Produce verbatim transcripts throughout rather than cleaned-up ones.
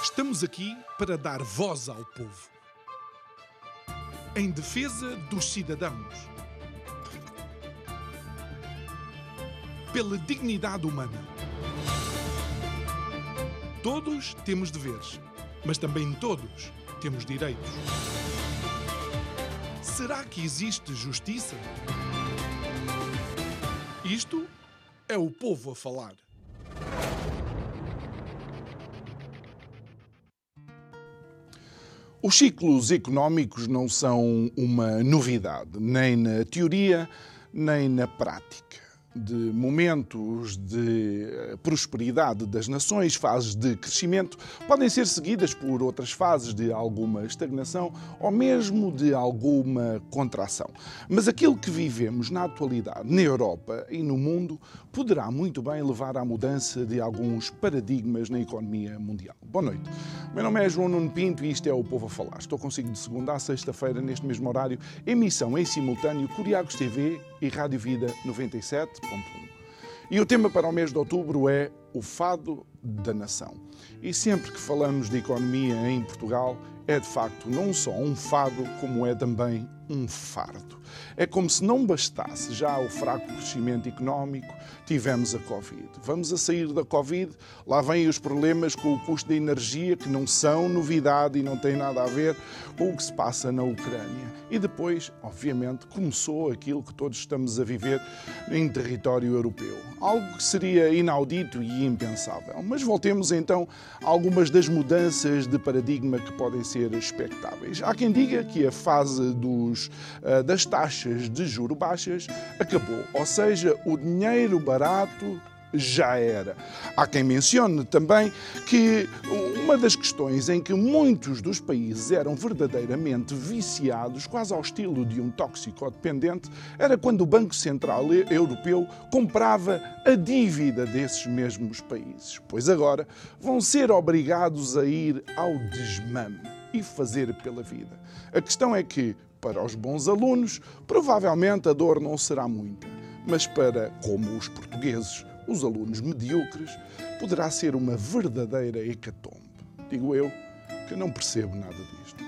Estamos aqui para dar voz ao povo, em defesa dos cidadãos, pela dignidade humana. Todos temos deveres, mas também todos temos direitos. Será que existe justiça? Isto é o povo a falar. Os ciclos económicos não são uma novidade, nem na teoria, nem na prática. De momentos de prosperidade das nações, fases de crescimento, podem ser seguidas por outras fases de alguma estagnação ou mesmo de alguma contração. Mas aquilo que vivemos na atualidade, na Europa e no mundo, poderá muito bem levar à mudança de alguns paradigmas na economia mundial. Boa noite. O meu nome é João Nuno Pinto e isto é o Povo a Falar. Estou consigo de segunda a sexta-feira, neste mesmo horário, emissão em simultâneo, Curiagos T V e Rádio Vida noventa e sete ponto um. E o tema para o mês de outubro é o fado da nação. E sempre que falamos de economia em Portugal, é de facto não só um fado, como é também um fardo. É como se não bastasse já o fraco crescimento económico, tivemos a Covid. Vamos a sair da Covid, lá vêm os problemas com o custo da energia, que não são novidade e não têm nada a ver com o que se passa na Ucrânia. E depois, obviamente, começou aquilo que todos estamos a viver em território europeu. Algo que seria inaudito e impensável. Mas voltemos então a algumas das mudanças de paradigma que podem ser expectáveis. Há quem diga que a fase dos, das taxas de juros baixas acabou, ou seja, o dinheiro barato já era. Há quem mencione também que uma das questões em que muitos dos países eram verdadeiramente viciados, quase ao estilo de um toxicodependente, era quando o Banco Central Europeu comprava a dívida desses mesmos países. Pois agora vão ser obrigados a ir ao desmame e fazer pela vida. A questão é que, para os bons alunos, provavelmente a dor não será muita, mas para, como os portugueses, os alunos medíocres, poderá ser uma verdadeira hecatombe. Digo eu, que não percebo nada disto.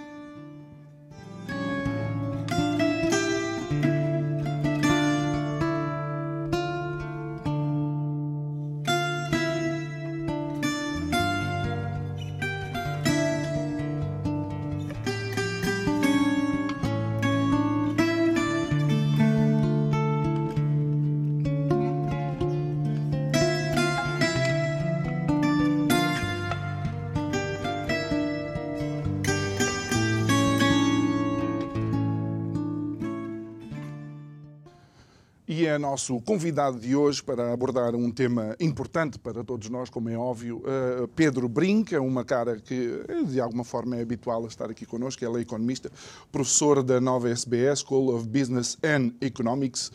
E é nosso convidado de hoje para abordar um tema importante para todos nós, como é óbvio, Pedro Brinca, uma cara que de alguma forma é habitual a estar aqui connosco. Ele é economista, professor da nova S B S, School of Business and Economics,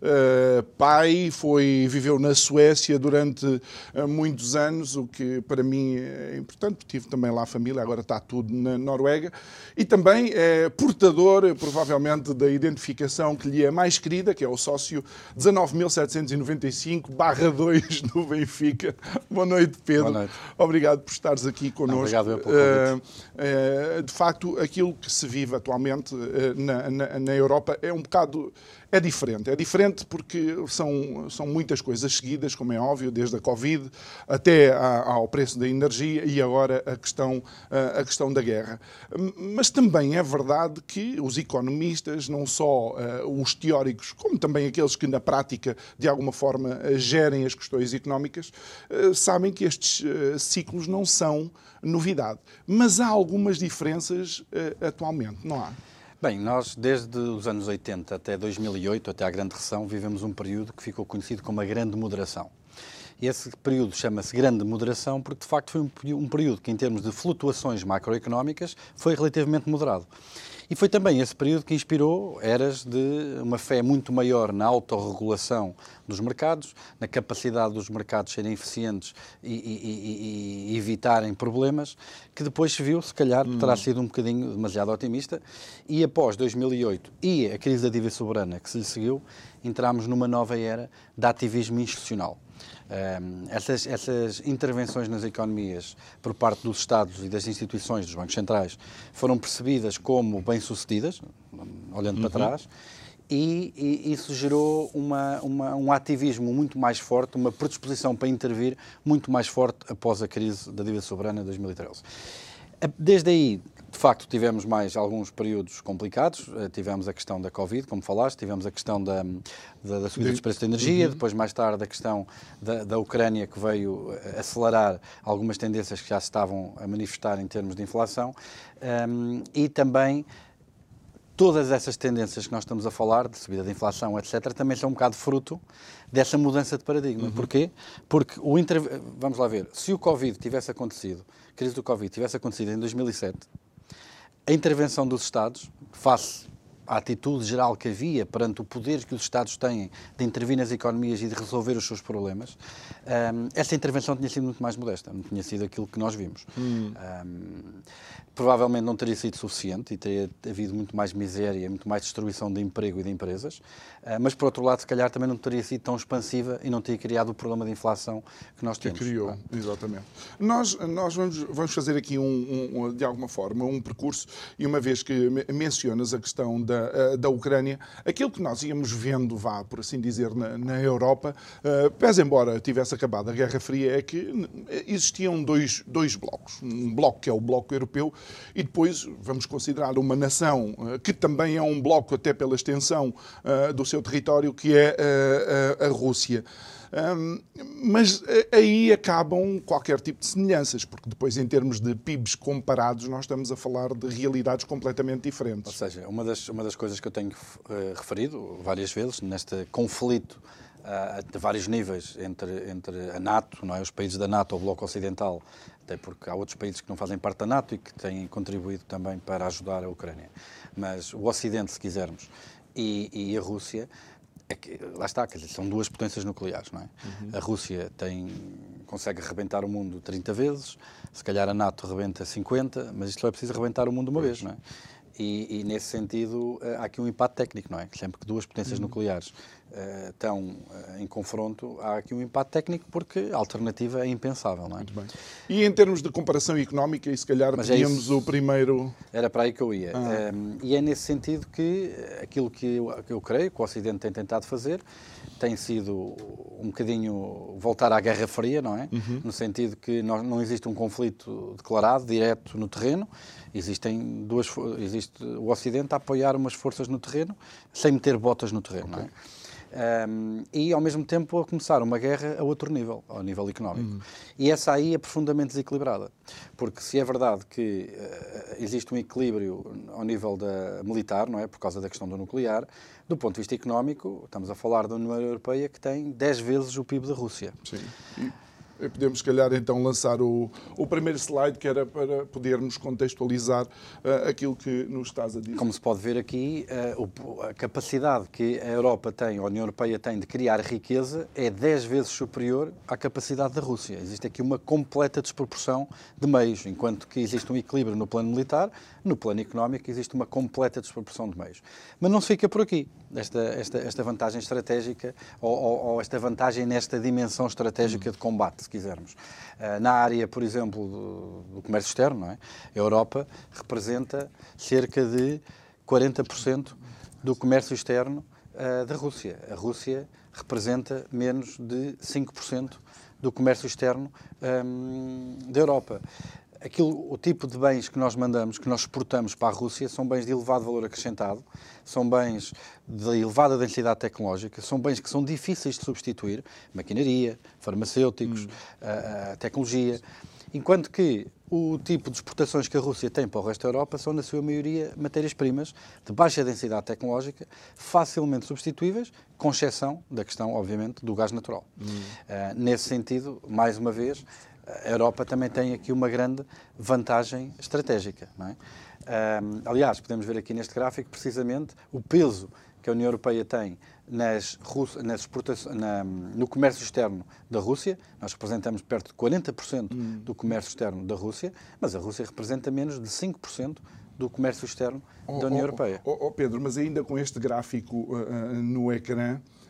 pai, foi, viveu na Suécia durante muitos anos, o que para mim é importante, tive também lá a família, agora está tudo na Noruega, e também é portador, provavelmente, da identificação que lhe é mais querida, que é o sócio dezanove mil setecentos e noventa e cinco barra dois do Benfica. Boa noite, Pedro. Boa noite. Obrigado por estares aqui connosco. Obrigado eu pelo convite. Uh, uh, de facto, aquilo que se vive atualmente uh, na, na, na Europa é um bocado... É diferente. É diferente porque são, são muitas coisas seguidas, como é óbvio, desde a Covid até a, ao preço da energia e agora a questão, a, a questão da guerra. Mas também é verdade que os economistas, não só uh, os teóricos, como também aqueles que na prática, de alguma forma, uh, gerem as questões económicas, uh, sabem que estes uh, ciclos não são novidade. Mas há algumas diferenças uh, atualmente, não há? Bem, nós desde os anos oitenta até dois mil e oito, até à Grande Recessão, vivemos um período que ficou conhecido como a Grande Moderação. E esse período chama-se Grande Moderação porque, de facto, foi um período que, em termos de flutuações macroeconómicas, foi relativamente moderado. E foi também esse período que inspirou eras de uma fé muito maior na autorregulação dos mercados, na capacidade dos mercados serem eficientes e, e, e, e evitarem problemas, que depois se viu, se calhar, hum. terá sido um bocadinho demasiado otimista. E após dois mil e oito e a crise da dívida soberana que se lhe seguiu, entramos numa nova era de ativismo institucional. Um, essas, essas intervenções nas economias por parte dos Estados e das instituições, dos bancos centrais, foram percebidas como bem-sucedidas, olhando uhum. para trás, e, e isso gerou uma, uma, um ativismo muito mais forte, uma predisposição para intervir muito mais forte após a crise da dívida soberana de dois mil e treze. Desde aí, de facto, tivemos mais alguns períodos complicados. Tivemos a questão da Covid, como falaste, tivemos a questão da, da, da subida dos preços da energia, uhum. depois, mais tarde, a questão da, da Ucrânia, que veio acelerar algumas tendências que já se estavam a manifestar em termos de inflação, um, e também todas essas tendências que nós estamos a falar, de subida da inflação, etcétera, também são um bocado fruto dessa mudança de paradigma. Uhum. Porquê? Porque, o inter... vamos lá ver, se o Covid tivesse acontecido, a crise do Covid tivesse acontecido em dois mil e sete, a intervenção dos Estados, face à atitude geral que havia perante o poder que os Estados têm de intervir nas economias e de resolver os seus problemas, um, essa intervenção tinha sido muito mais modesta, não tinha sido aquilo que nós vimos. Hum. Um, provavelmente não teria sido suficiente e teria havido muito mais miséria, muito mais destruição de emprego e de empresas, uh, mas, por outro lado, se calhar também não teria sido tão expansiva e não teria criado o problema de inflação que nós temos. Que criou, é? Exatamente. Nós, nós vamos, vamos fazer aqui, um, um, de alguma forma, um percurso, e uma vez que mencionas a questão da, da Ucrânia, aquilo que nós íamos vendo, vá, por assim dizer, na, na Europa, uh, pese embora tivesse acabado a Guerra Fria, é que existiam dois, dois blocos. Um bloco que é o bloco europeu, e depois vamos considerar uma nação que também é um bloco, até pela extensão uh, do seu território, que é uh, a, a Rússia. Um, mas aí acabam qualquer tipo de semelhanças, porque depois, em termos de P I Bs comparados, nós estamos a falar de realidades completamente diferentes. Ou seja, uma das, uma das coisas que eu tenho uh, referido várias vezes, neste conflito uh, de vários níveis entre, entre a NATO, não é? Os países da NATO, o Bloco Ocidental, até porque há outros países que não fazem parte da NATO e que têm contribuído também para ajudar a Ucrânia. Mas o Ocidente, se quisermos, e, e a Rússia, é que, lá está, quer dizer, são duas potências nucleares, não é? Uhum. A Rússia tem, consegue arrebentar o mundo trinta vezes, se calhar a NATO arrebenta cinquenta, mas isto só é preciso arrebentar o mundo uma vez, não é? E, e, nesse sentido, há aqui um impacto técnico, não é? Sempre que duas potências uhum. nucleares uh, estão uh, em confronto, há aqui um impacto técnico porque a alternativa é impensável, não é? Muito bem. E em termos de comparação económica, e se calhar pedíamos é o primeiro... Era para aí que eu ia. Ah. Um, e é nesse sentido que aquilo que eu, que eu creio que o Ocidente tem tentado fazer tem sido um bocadinho voltar à Guerra Fria, não é? Uhum. No sentido que não, não existe um conflito declarado, direto no terreno. Existem duas, existe o Ocidente a apoiar umas forças no terreno, sem meter botas no terreno, okay. não é? Um, e, ao mesmo tempo, a começar uma guerra a outro nível, ao nível económico. Uhum. E essa aí é profundamente desequilibrada. Porque se é verdade que uh, existe um equilíbrio ao nível da militar, não é? Por causa da questão do nuclear, do ponto de vista económico, estamos a falar da União Europeia, que tem dez vezes o P I B da Rússia. Sim. E podemos, se calhar, então lançar o, o primeiro slide, que era para podermos contextualizar uh, aquilo que nos estás a dizer. Como se pode ver aqui, uh, a capacidade que a Europa tem, a União Europeia tem de criar riqueza é dez vezes superior à capacidade da Rússia. Existe aqui uma completa desproporção de meios, enquanto que existe um equilíbrio no plano militar, no plano económico existe uma completa desproporção de meios. Mas não se fica por aqui, esta, esta, esta vantagem estratégica, ou, ou, ou esta vantagem nesta dimensão estratégica de combate, se quisermos. Na área, por exemplo, do, do comércio externo, não é? A Europa representa cerca de quarenta por cento do comércio externo uh, da Rússia. A Rússia representa menos de cinco por cento do comércio externo um, da Europa. Aquilo, o tipo de bens que nós mandamos, que nós exportamos para a Rússia, são bens de elevado valor acrescentado, são bens de elevada densidade tecnológica, são bens que são difíceis de substituir, maquinaria, farmacêuticos, hum. a, a tecnologia, enquanto que o tipo de exportações que a Rússia tem para o resto da Europa são, na sua maioria, matérias-primas de baixa densidade tecnológica, facilmente substituíveis, com exceção da questão, obviamente, do gás natural. Hum. Uh, nesse sentido, mais uma vez, a Europa também tem aqui uma grande vantagem estratégica, não é? Um, aliás, podemos ver aqui neste gráfico precisamente o peso que a União Europeia tem nas, nas exportações, na, no comércio externo da Rússia. Nós representamos perto de quarenta por cento hum. do comércio externo da Rússia, mas a Rússia representa menos de cinco por cento do comércio externo oh, da União oh, Europeia. Oh, oh Pedro, mas ainda com este gráfico uh, no ecrã,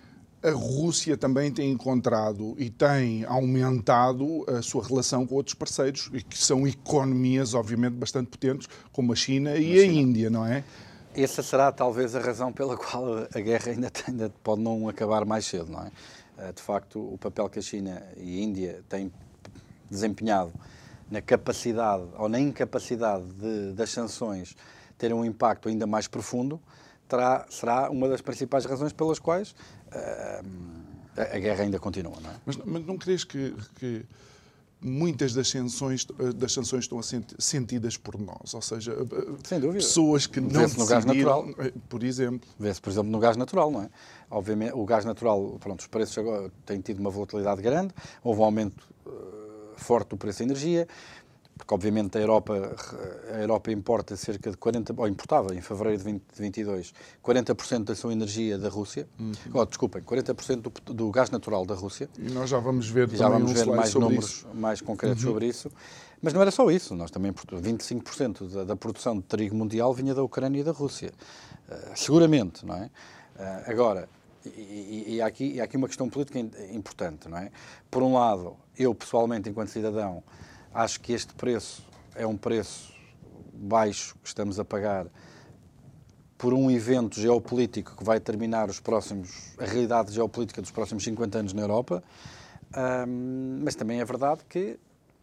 a Rússia também tem encontrado e tem aumentado a sua relação com outros parceiros, que são economias, obviamente, bastante potentes, como a China e a Índia, não é? Essa será talvez a razão pela qual a guerra ainda, tem, ainda pode não acabar mais cedo, não é? De facto, o papel que a China e a Índia têm desempenhado na capacidade ou na incapacidade de, das sanções terem um impacto ainda mais profundo, terá, será uma das principais razões pelas quais uh, a, a guerra ainda continua, não é? Mas, mas não crees que, que muitas das sanções, das sanções estão a ser sentidas por nós? Ou seja, sem dúvida, pessoas que não vê-se no gás natural, por exemplo. Vê-se, por exemplo, no gás natural, não é? Obviamente, o gás natural, pronto, os preços agora têm tido uma volatilidade grande, houve um aumento uh, forte do preço da energia, porque obviamente a Europa, a Europa importa cerca de quarenta, ou importava em fevereiro de vinte e dois, quarenta por cento da sua energia da Rússia, uhum. oh, desculpem, quarenta por cento do, do gás natural da Rússia. E nós já vamos ver já também vamos um ver slide mais sobre números isso. mais concretos uhum. sobre isso. Mas não era só isso, nós também, vinte e cinco por cento da, da produção de trigo mundial vinha da Ucrânia e da Rússia. Uh, seguramente, não é? Uh, agora, e, e, e, há aqui, e há aqui uma questão política importante, não é? Por um lado, eu pessoalmente, enquanto cidadão, acho que este preço é um preço baixo que estamos a pagar por um evento geopolítico que vai determinar os próximos, a realidade geopolítica dos próximos cinquenta anos na Europa, um, mas também é verdade que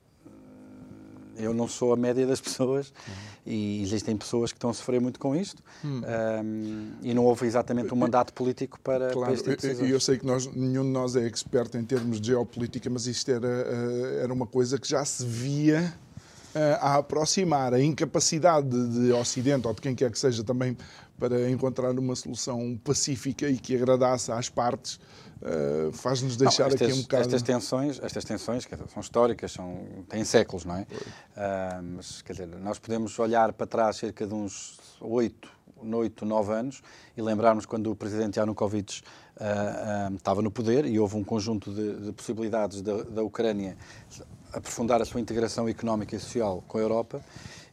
eu não sou a média das pessoas uhum. e existem pessoas que estão a sofrer muito com isto uhum. um, e não houve exatamente um mandato político para, claro, para este tipo de decisões. Eu, eu sei que nós, nenhum de nós é expert em termos de geopolítica, mas isto era, era uma coisa que já se via a aproximar. A incapacidade de Ocidente, ou de quem quer que seja também, para encontrar uma solução pacífica e que agradasse às partes, uh, faz-nos deixar não, estas, aqui um bocado... Estas tensões, estas tensões quer dizer, são históricas, são, têm séculos, não é? Uh, mas, quer dizer, nós podemos olhar para trás cerca de uns oito, oito, nove anos e lembrarmos quando o presidente Yanukovych uh, uh, estava no poder e houve um conjunto de, de possibilidades da, da Ucrânia aprofundar a sua integração económica e social com a Europa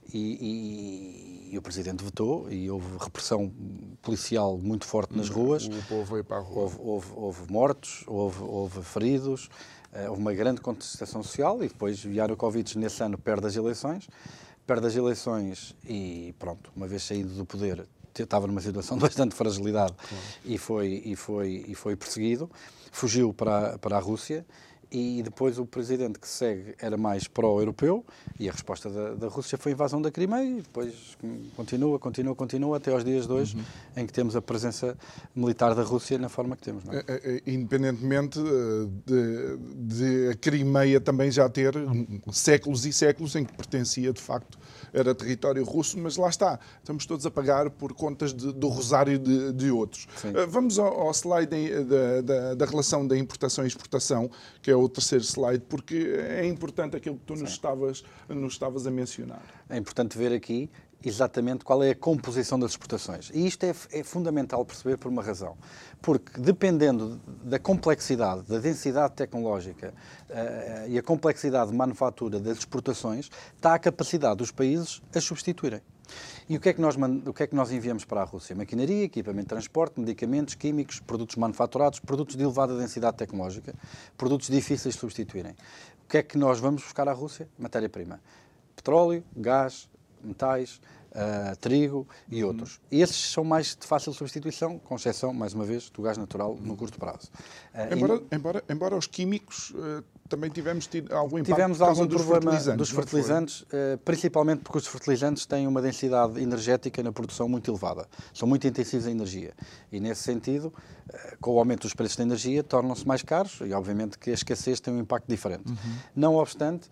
e, e, e o Presidente vetou e houve repressão policial muito forte nas ruas. O povo veio para a rua. Houve, houve, houve mortos, houve, houve feridos, houve uma grande contestação social e depois Yanukovych nesse ano perde as eleições, perde as eleições e pronto, uma vez saído do poder estava numa situação de bastante fragilidade claro. e, foi, e, foi, e foi perseguido, fugiu para, para a Rússia. E depois o presidente que segue era mais pró-europeu e a resposta da, da Rússia foi a invasão da Crimeia e depois continua, continua, continua até aos dias de hoje uhum. em que temos a presença militar da Rússia na forma que temos. Não é? Independentemente de, de a Crimeia também já ter séculos e séculos em que pertencia de facto, era território russo, mas lá está, estamos todos a pagar por contas de, do rosário de, de outros. Sim. Vamos ao, ao slide da, da, da relação da importação e exportação, que é o terceiro slide, porque é importante aquilo que tu nos estavas, nos estavas a mencionar. É importante ver aqui exatamente qual é a composição das exportações. E isto é, é fundamental perceber por uma razão. Porque, dependendo da complexidade, da densidade tecnológica uh, e a complexidade de manufatura das exportações, está a capacidade dos países a substituírem. E o que, é que nós, o que é que nós enviamos para a Rússia? Maquinaria, equipamento de transporte, medicamentos, químicos, produtos manufaturados, produtos de elevada densidade tecnológica, produtos difíceis de substituírem. O que é que nós vamos buscar à Rússia? Matéria-prima. Petróleo, gás, metais, uh, trigo e uhum. outros. E esses são mais de fácil substituição, com exceção, mais uma vez, do gás natural no curto prazo. Uh, embora, e... embora, embora os químicos uh, também tivemos tido algum impacto tivemos por causa algum dos problema fertilizantes. Dos fertilizantes, uh, principalmente porque os fertilizantes têm uma densidade energética na produção muito elevada. São muito intensivos em energia. E, nesse sentido, uh, com o aumento dos preços da energia, tornam-se mais caros e, obviamente, que a escassez tem um impacto diferente. Uhum. Não obstante,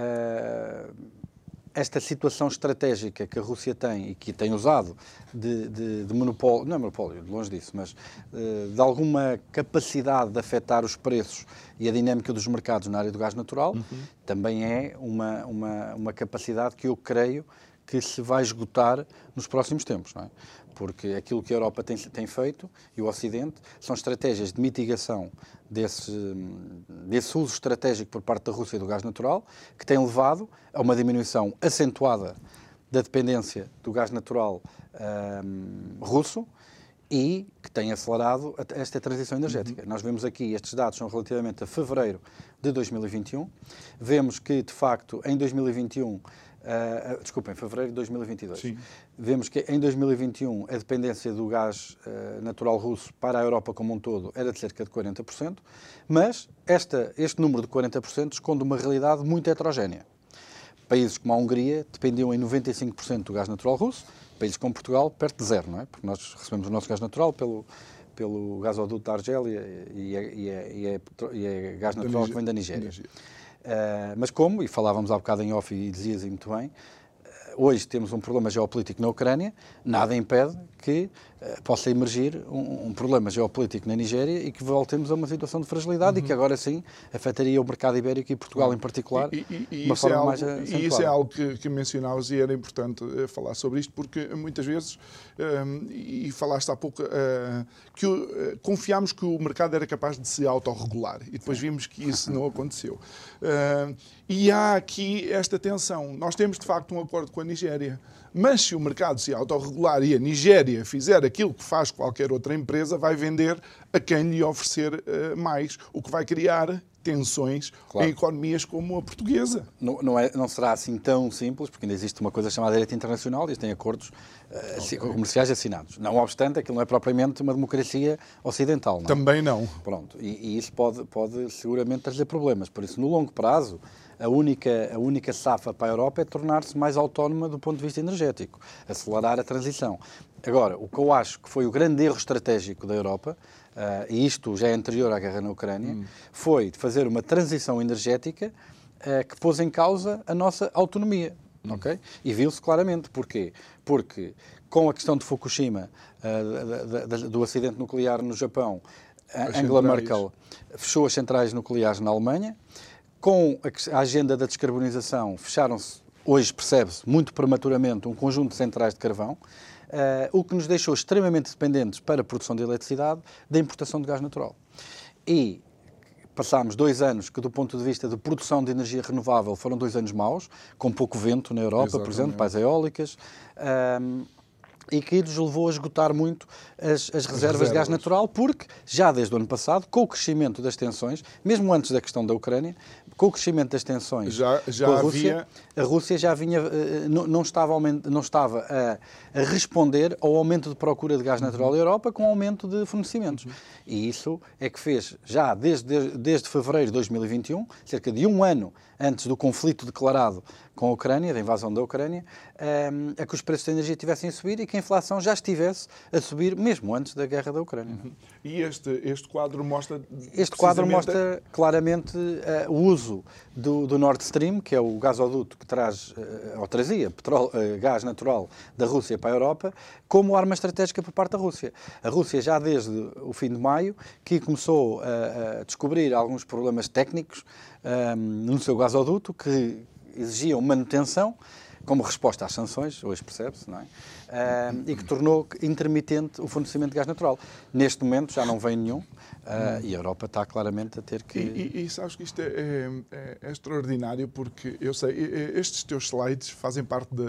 uh, esta situação estratégica que a Rússia tem e que tem usado de, de, de monopólio, não é monopólio, de longe disso, mas uh, de alguma capacidade de afetar os preços e a dinâmica dos mercados na área do gás natural, uhum. também é uma, uma, uma capacidade que eu creio que se vai esgotar nos próximos tempos, não é? Porque aquilo que a Europa tem, tem feito e o Ocidente são estratégias de mitigação desse, desse uso estratégico por parte da Rússia do gás natural, que tem levado a uma diminuição acentuada da dependência do gás natural um, russo e que tem acelerado esta transição energética. Uhum. Nós vemos aqui, estes dados são relativamente a fevereiro de dois mil e vinte e um. Vemos que, de facto, em dois mil e vinte e um, uh, desculpem, fevereiro de dois mil e vinte e dois, Sim. vemos que em dois mil e vinte e um a dependência do gás uh, natural russo para a Europa como um todo era de cerca de quarenta por cento, mas esta, este número de quarenta por cento esconde uma realidade muito heterogénea. Países como a Hungria dependiam em noventa e cinco por cento do gás natural russo, países como Portugal, perto de zero, não é? Porque nós recebemos o nosso gás natural pelo, pelo gasoduto da Argélia e é, e é, e é, e é gás natural que vem da Nigéria. Uh, mas como, e falávamos há bocado em off e dizias muito bem, hoje temos um problema geopolítico na Ucrânia, nada impede que uh, possa emergir um, um problema geopolítico na Nigéria e que voltemos a uma situação de fragilidade uhum. e que agora sim afetaria o mercado ibérico e Portugal em particular e, e, e de uma forma é algo, mais acentuada. E isso é algo que, que mencionavas e era importante uh, falar sobre isto, porque muitas vezes, um, e falaste há pouco, uh, que uh, confiámos que o mercado era capaz de se autorregular e depois vimos que isso não aconteceu. Uh, e há aqui esta tensão. Nós temos de facto um acordo com a Nigéria, mas se o mercado se autorregular e a Nigéria fizer aquilo que faz qualquer outra empresa, vai vender a quem lhe oferecer uh, mais, o que vai criar tensões claro. Em economias como a portuguesa. Não, não, é, não será assim tão simples, porque ainda existe uma coisa chamada direito internacional e eles têm acordos uh, okay. comerciais assinados. Não obstante, aquilo não é propriamente uma democracia ocidental. Não é? Também não. Pronto, e, e isso pode, pode seguramente trazer problemas. Por isso, no longo prazo, a única, a única safa para a Europa é tornar-se mais autónoma do ponto de vista energético, acelerar a transição. Agora, o que eu acho que foi o grande erro estratégico da Europa, uh, e isto já é anterior à guerra na Ucrânia, hum. foi de fazer uma transição energética uh, que pôs em causa a nossa autonomia. Hum. Okay? E viu-se claramente. Porquê? Porque com a questão de Fukushima, uh, da, da, do acidente nuclear no Japão, as Angela centrais. Merkel fechou as centrais nucleares na Alemanha. Com a agenda da descarbonização, fecharam-se, hoje percebe-se, muito prematuramente, um conjunto de centrais de carvão, uh, o que nos deixou extremamente dependentes para a produção de eletricidade da importação de gás natural. E passámos dois anos que, do ponto de vista de produção de energia renovável, foram dois anos maus, com pouco vento na Europa, Exatamente. Por exemplo, para as eólicas, um, e que nos levou a esgotar muito as, as, as reservas, reservas de gás natural, porque já desde o ano passado, com o crescimento das tensões, mesmo antes da questão da Ucrânia, com o crescimento das tensões já, já com a Rússia, havia... a Rússia já vinha, não, não estava, não estava a, a responder ao aumento de procura de gás natural uhum. na Europa com aumento de fornecimentos. Uhum. E isso é que fez, já desde, desde fevereiro de dois mil e vinte e um, cerca de um ano antes do conflito declarado com a Ucrânia, da invasão da Ucrânia, um, a que os preços da energia estivessem a subir e que a inflação já estivesse a subir mesmo antes da guerra da Ucrânia. Uhum. E este, este quadro mostra... Este quadro mostra claramente uh, o uso do, do Nord Stream, que é o gasoduto que traz, uh, ou trazia petróleo, uh, gás natural da Rússia para a Europa, como arma estratégica por parte da Rússia. A Rússia, já desde o fim de maio, que começou a, a descobrir alguns problemas técnicos um, no seu gasoduto, que exigiam manutenção, como resposta às sanções, hoje percebe-se, não é? Uh, e que tornou intermitente o fornecimento de gás natural. Neste momento já não vem nenhum uh, e a Europa está claramente a ter que... E, e, e sabes que isto é, é, é extraordinário, porque eu sei, estes teus slides fazem parte de,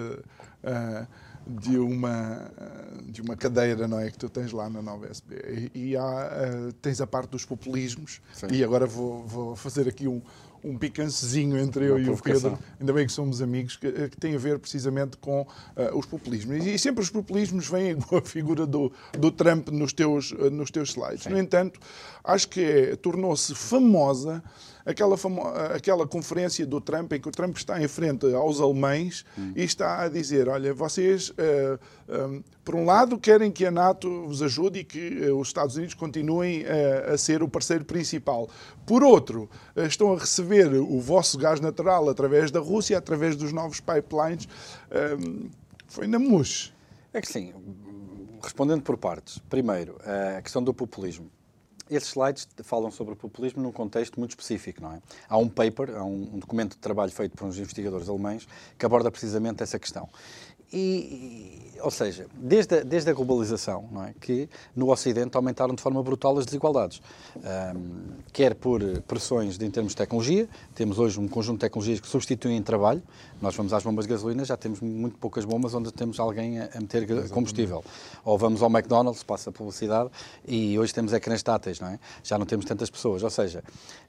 uh, de, uma, de uma cadeira, não é, que tu tens lá na Nova S B. E, e há, uh, tens a parte dos populismos. Sim. E agora vou, vou fazer aqui um um picancezinho entre eu e o Pedro, ainda bem que somos amigos, que, que tem a ver precisamente com uh, os populismos. E, e sempre os populismos vêm com a figura do, do Trump nos teus, uh, nos teus slides. Sim. No entanto, acho que é, tornou-se famosa aquela, famo aquela conferência do Trump, em que o Trump está em frente aos alemães hum. e está a dizer, olha, vocês, uh, um, por um lado, querem que a NATO vos ajude e que uh, os Estados Unidos continuem uh, a ser o parceiro principal. Por outro, uh, estão a receber o vosso gás natural através da Rússia, através dos novos pipelines. Um, foi na mousse. É que sim. Respondendo por partes. Primeiro, a questão do populismo. Esses slides falam sobre o populismo num contexto muito específico, não é? Há um paper, há um, um documento de trabalho feito por uns investigadores alemães que aborda precisamente essa questão. E, ou seja, desde a, desde a globalização, não é, que no Ocidente aumentaram de forma brutal as desigualdades. Um, quer por pressões de, em termos de tecnologia, temos hoje um conjunto de tecnologias que substituem trabalho. Nós vamos às bombas de gasolina, já temos muito poucas bombas onde temos alguém a, a meter Exatamente. combustível. Ou vamos ao McDonald's, passa a publicidade, e hoje temos ecrãs táteis, não é? Já não temos tantas pessoas. Ou seja,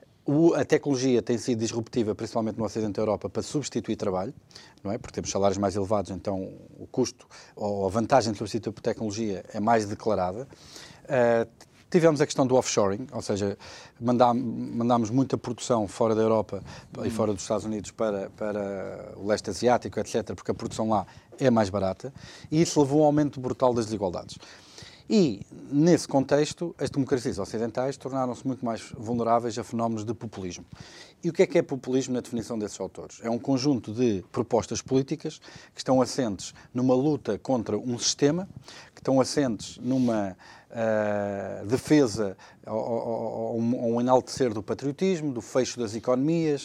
a tecnologia tem sido disruptiva, principalmente no Ocidente da Europa, para substituir trabalho, não é? Porque temos salários mais elevados, então o custo ou a vantagem de substituir por tecnologia é mais declarada. Uh, tivemos a questão do offshoring, ou seja, mandámos, mandámos muita produção fora da Europa hum. e fora dos Estados Unidos para, para o leste asiático, etcétera, porque a produção lá é mais barata, e isso levou a um aumento brutal das desigualdades. E, nesse contexto, as democracias ocidentais tornaram-se muito mais vulneráveis a fenómenos de populismo. E o que é que é populismo na definição desses autores? É um conjunto de propostas políticas que estão assentes numa luta contra um sistema, que estão assentes numa uh, defesa ou, ou, ou um enaltecer do patriotismo, do fecho das economias.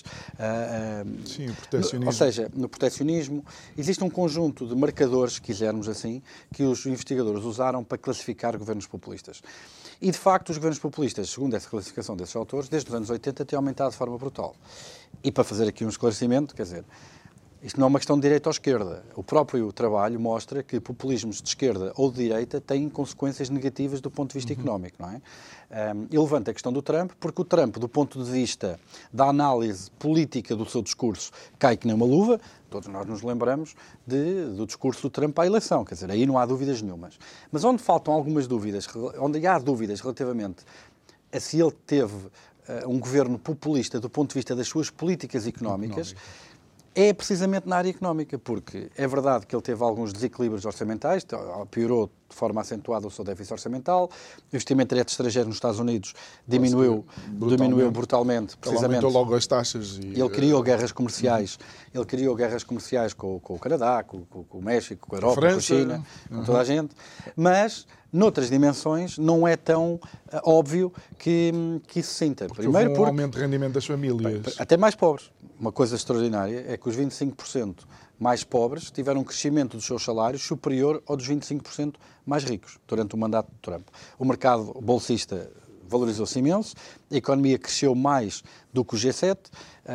Uh, uh, Sim, o protecionismo. Ou seja, no protecionismo. Existe um conjunto de marcadores, se quisermos assim, que os investigadores usaram para classificar governos populistas. E, de facto, os governos populistas, segundo essa classificação desses autores, desde os anos oitenta têm aumentado de forma brutal. E para fazer aqui um esclarecimento, quer dizer, isto não é uma questão de direita ou esquerda. O próprio trabalho mostra que populismos de esquerda ou de direita têm consequências negativas do ponto de vista uhum. económico, não é? Um, e levanta a questão do Trump, porque o Trump, do ponto de vista da análise política do seu discurso, cai que nem uma luva. Todos nós nos lembramos de, do discurso do Trump à eleição, quer dizer, aí não há dúvidas nenhumas. Mas onde faltam algumas dúvidas, onde há dúvidas relativamente a se ele teve uh, um governo populista do ponto de vista das suas políticas económicas, Económico. É precisamente na área económica, porque é verdade que ele teve alguns desequilíbrios orçamentais, piorou de forma acentuada o seu déficit orçamental, o investimento direto estrangeiro nos Estados Unidos diminuiu brutalmente, diminuiu brutalmente precisamente. Ele aumentou logo as taxas. E... Ele criou guerras comerciais, uhum. ele criou guerras comerciais com, com o Canadá, com, com, com o México, com a Europa, França, com a China, uhum. com toda a gente, mas noutras dimensões não é tão uh, óbvio que, que isso se sinta. Porque Primeiro houve um porque, aumento de rendimento das famílias. Até mais pobres. Uma coisa extraordinária é que os vinte e cinco por cento mais pobres tiveram um crescimento dos seus salários superior ao dos vinte e cinco por cento mais ricos durante o mandato de Trump. O mercado bolsista valorizou-se imenso, a economia cresceu mais do que o G sete,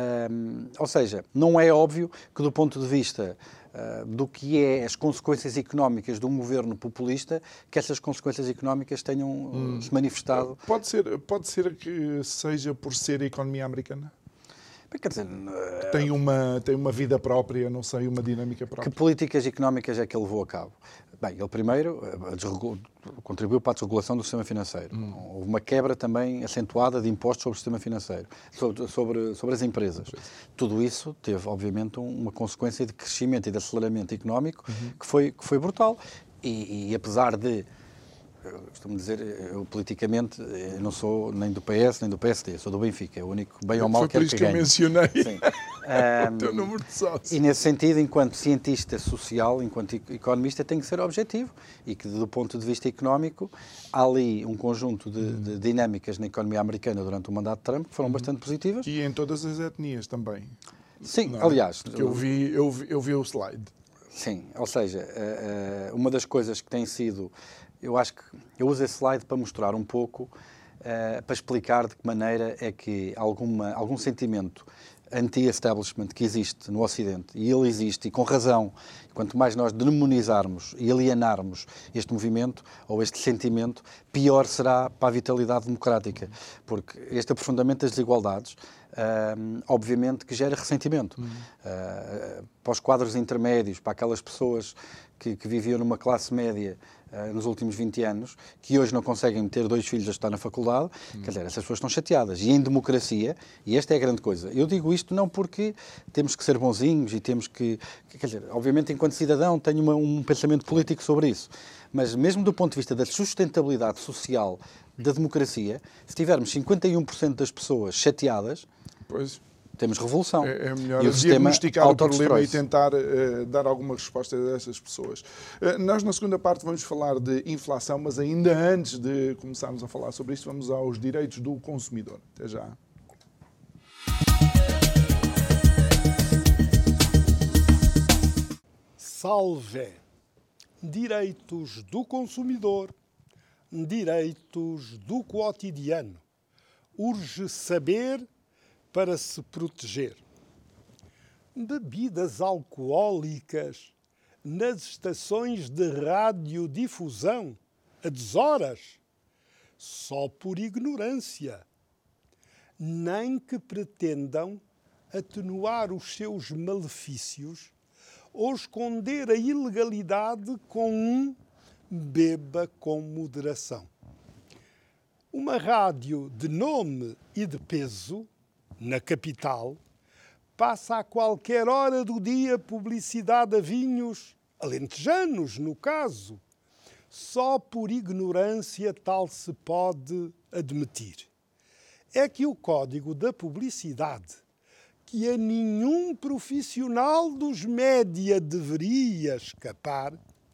um, ou seja, não é óbvio que do ponto de vista uh, do que é as consequências económicas de um governo populista, que essas consequências económicas tenham hum. se manifestado. Pode ser, pode ser que seja por ser a economia americana? Quer dizer, tem uma, tem uma vida própria, não sei, uma dinâmica própria. Que políticas económicas é que ele levou a cabo? Bem, ele primeiro contribuiu para a desregulação do sistema financeiro. Hum. Houve uma quebra também acentuada de impostos sobre o sistema financeiro, sobre, sobre, sobre as empresas. Sim. Tudo isso teve, obviamente, uma consequência de crescimento e de aceleramento económico uhum. que, foi, que foi brutal. E, e apesar de... Eu costumo dizer, eu politicamente eu não sou nem do P S nem do P S D, sou do Benfica, é o único bem ou mal que é que ganho. Foi por isso que eu mencionei Sim. um, o teu número de sócios. E nesse sentido, enquanto cientista social, enquanto economista, tem que ser objetivo e que do ponto de vista económico há ali um conjunto de, hum. de dinâmicas na economia americana durante o mandato de Trump que foram hum. bastante positivas. E em todas as etnias também. Sim, não, aliás. Porque eu vi, eu, vi, eu vi o slide. Sim, ou seja, uma das coisas que tem sido... Eu acho que eu uso esse slide para mostrar um pouco, uh, para explicar de que maneira é que alguma, algum sentimento anti-establishment que existe no Ocidente, e ele existe, e com razão, quanto mais nós demonizarmos e alienarmos este movimento, ou este sentimento, pior será para a vitalidade democrática, porque este aprofundamento das desigualdades, uh, obviamente que gera ressentimento. Uhum. Uh, para os quadros intermédios, para aquelas pessoas que, que viviam numa classe média Uh, nos últimos vinte anos, que hoje não conseguem ter dois filhos a estudar na faculdade, hum. quer dizer, essas pessoas estão chateadas. E em democracia, e esta é a grande coisa, eu digo isto não porque temos que ser bonzinhos e temos que... Quer dizer, obviamente, enquanto cidadão, tenho uma, um pensamento político sobre isso. Mas mesmo do ponto de vista da sustentabilidade social da democracia, se tivermos cinquenta e um por cento das pessoas chateadas... Pois... temos revolução. É, é melhor o diagnosticar o problema e tentar uh, dar alguma resposta a essas pessoas. Uh, nós, na segunda parte, vamos falar de inflação, mas ainda antes de começarmos a falar sobre isto, vamos aos direitos do consumidor. Até já. Salve! Direitos do consumidor, direitos do cotidiano. Urge saber para se proteger. Bebidas alcoólicas nas estações de radiodifusão, a deshoras, só por ignorância. Nem que pretendam atenuar os seus malefícios ou esconder a ilegalidade com um beba com moderação. Uma rádio de nome e de peso, na capital, passa a qualquer hora do dia publicidade a vinhos, alentejanos no caso. Só por ignorância tal se pode admitir. É que o Código da Publicidade, que a nenhum profissional dos média deveria escapar,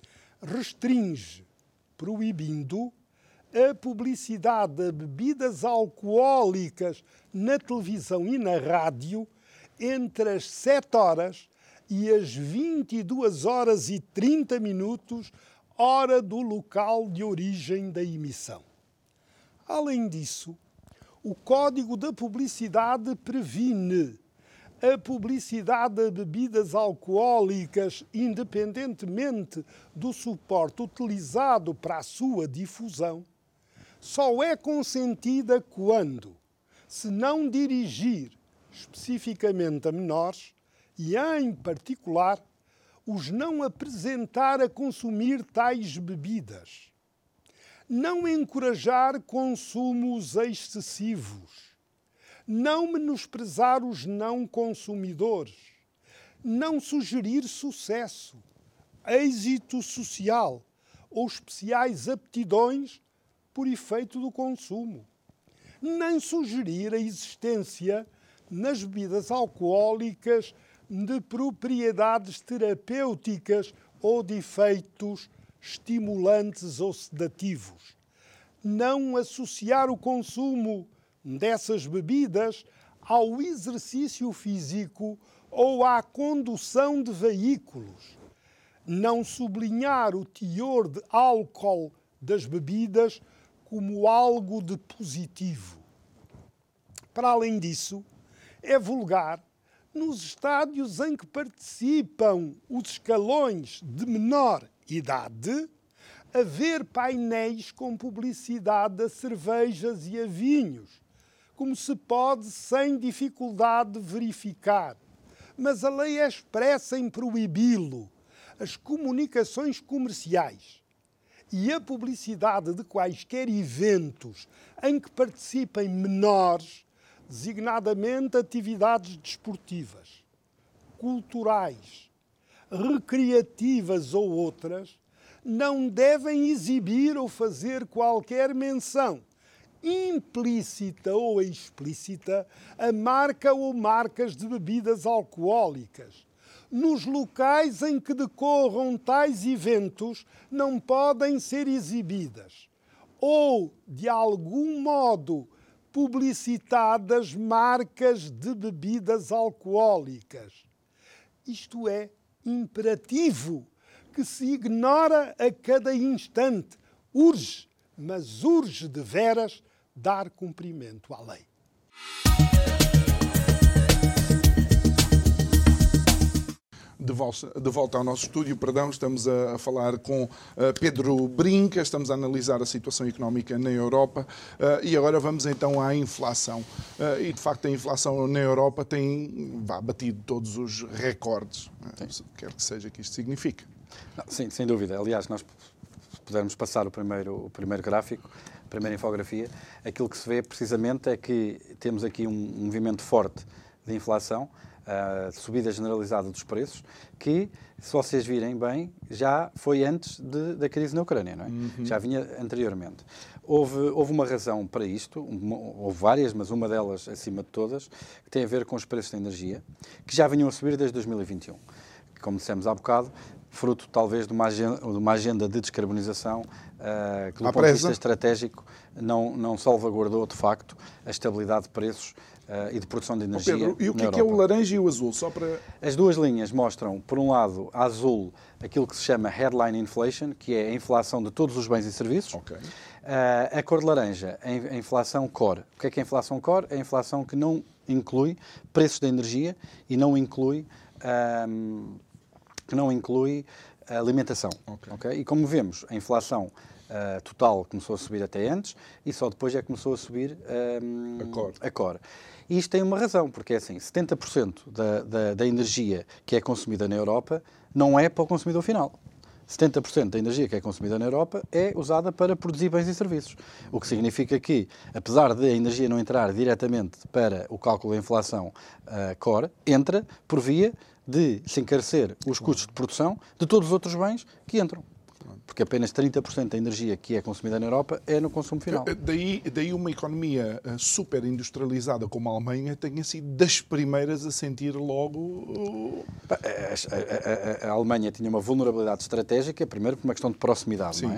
restringe, proibindo a publicidade a bebidas alcoólicas na televisão e na rádio entre as sete horas e as vinte e duas horas e trinta minutos, hora do local de origem da emissão. Além disso, o Código da Publicidade previne a publicidade a bebidas alcoólicas, independentemente do suporte utilizado para a sua difusão, só é consentida quando, se não dirigir especificamente a menores e, em particular, os não apresentar a consumir tais bebidas. Não encorajar consumos excessivos. Não menosprezar os não consumidores, não sugerir sucesso, êxito social ou especiais aptidões por efeito do consumo, nem sugerir a existência nas bebidas alcoólicas de propriedades terapêuticas ou de efeitos estimulantes ou sedativos, não associar o consumo dessas bebidas ao exercício físico ou à condução de veículos. Não sublinhar o teor de álcool das bebidas como algo de positivo. Para além disso, é vulgar, nos estádios em que participam os escalões de menor idade, haver painéis com publicidade a cervejas e a vinhos, como se pode sem dificuldade verificar. Mas a lei é expressa em proibi-lo. As comunicações comerciais e a publicidade de quaisquer eventos em que participem menores, designadamente atividades desportivas, culturais, recreativas ou outras, não devem exibir ou fazer qualquer menção implícita ou explícita, a marca ou marcas de bebidas alcoólicas. Nos locais em que decorram tais eventos, não podem ser exibidas ou, de algum modo, publicitadas marcas de bebidas alcoólicas. Isto é imperativo, que se ignora a cada instante. Urge, mas urge de veras, dar cumprimento à lei. De volta, de volta ao nosso estúdio, perdão, estamos a, a falar com uh, Pedro Brinca, estamos a analisar a situação económica na Europa uh, e agora vamos então à inflação. Uh, e de facto a inflação na Europa tem vá, batido todos os recordes, uh, quer que seja que isto signifique. Não, sim, sem dúvida. Aliás, nós pudermos passar o primeiro, o primeiro gráfico, a primeira infografia, aquilo que se vê precisamente é que temos aqui um, um movimento forte de inflação, uh, de subida generalizada dos preços, que, se vocês virem bem, já foi antes de, da crise na Ucrânia, não é? Uhum. Já vinha anteriormente. Houve, houve uma razão para isto, uma, houve várias, mas uma delas, acima de todas, que tem a ver com os preços da energia, que já vinham a subir desde dois mil e vinte e um. Como dissemos há bocado, fruto talvez de uma agenda, de, uma agenda de descarbonização uh, que, do ponto de vista estratégico, não, não salvaguardou de facto a estabilidade de preços uh, e de produção de energia. Oh, Pedro, e o que na é, que é o Europa. laranja e o azul? Só para... As duas linhas mostram, por um lado, a azul, aquilo que se chama headline inflation, que é a inflação de todos os bens e serviços. Okay. Uh, a cor de laranja, a inflação core. O que é que é a inflação core? É a inflação que não inclui preços da energia e não inclui, um, que não inclui alimentação. Okay. Okay? E como vemos, a inflação uh, total começou a subir até antes e só depois é que começou a subir um, a core. A core. E isto tem uma razão, porque é assim, setenta por cento da, da, da energia que é consumida na Europa não é para o consumidor final. setenta por cento da energia que é consumida na Europa é usada para produzir bens e serviços. O que significa que, apesar de a energia não entrar diretamente para o cálculo da inflação uh, core, entra por via de se encarecer os custos de produção de todos os outros bens que entram. Porque apenas trinta por cento da energia que é consumida na Europa é no consumo final. Daí, daí uma economia super industrializada como a Alemanha tenha sido das primeiras a sentir logo... A, a, a, a Alemanha tinha uma vulnerabilidade estratégica, primeiro por uma questão de proximidade. Sim. Não é?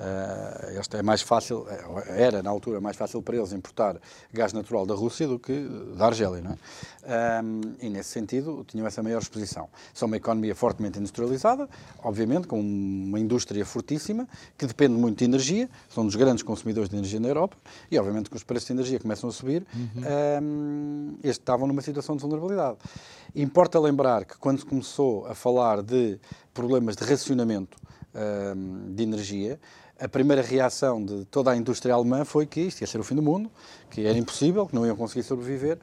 Uh, este é mais fácil, era na altura mais fácil para eles importar gás natural da Rússia do que da Argélia. Não é? Um, e nesse sentido tinham essa maior exposição. São uma economia fortemente industrializada, obviamente com uma indústria fortíssima, que depende muito de energia, são dos grandes consumidores de energia na Europa, e obviamente que os preços de energia começam a subir, uhum. um, estes estavam numa situação de vulnerabilidade. Importa lembrar que quando se começou a falar de problemas de racionamento um, de energia, a primeira reação de toda a indústria alemã foi que isto ia ser o fim do mundo, que era impossível, que não iam conseguir sobreviver,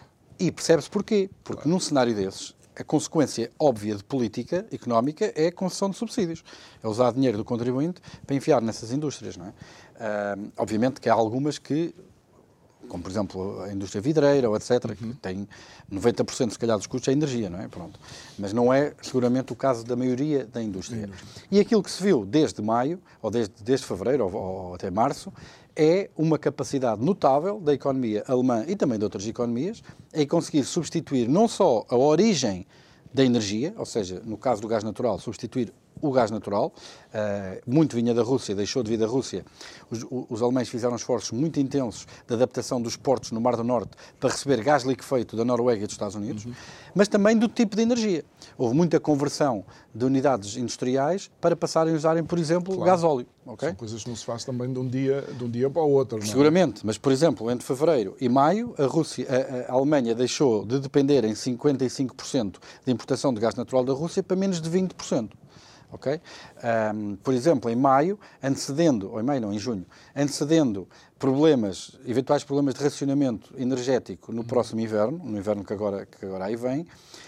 e percebe-se porquê. Porque claro. Num cenário desses, a consequência óbvia de política económica é a concessão de subsídios. É usar dinheiro do contribuinte para enfiar nessas indústrias. Não é? Uh, obviamente que há algumas que, como por exemplo a indústria vidreira, ou etcétera, uhum. que tem noventa por cento se calhar dos custos é energia, não é? Pronto. Mas não é seguramente o caso da maioria da indústria. Uhum. E aquilo que se viu desde maio, ou desde, desde fevereiro, ou, ou até março, é uma capacidade notável da economia alemã e também de outras economias em conseguir substituir não só a origem da energia, ou seja, no caso do gás natural, substituir o gás natural, uh, muito vinha da Rússia, deixou de vir da Rússia. Os, os alemães fizeram esforços muito intensos de adaptação dos portos no Mar do Norte para receber gás liquefeito da Noruega e dos Estados Unidos, uhum. mas também do tipo de energia. Houve muita conversão de unidades industriais para passarem a usarem, por exemplo, claro. Gasóleo. Okay? São coisas que não se faz também de um dia, de um dia para o outro. Não é? Seguramente, mas, por exemplo, entre fevereiro e maio, a, Rússia, a, a Alemanha deixou de depender em cinquenta e cinco por cento de importação de gás natural da Rússia para menos de vinte por cento. Okay? Um, por exemplo, em maio, antecedendo, ou em maio não, em junho, antecedendo problemas, eventuais problemas de racionamento energético no próximo inverno, no inverno que agora, que agora aí vem,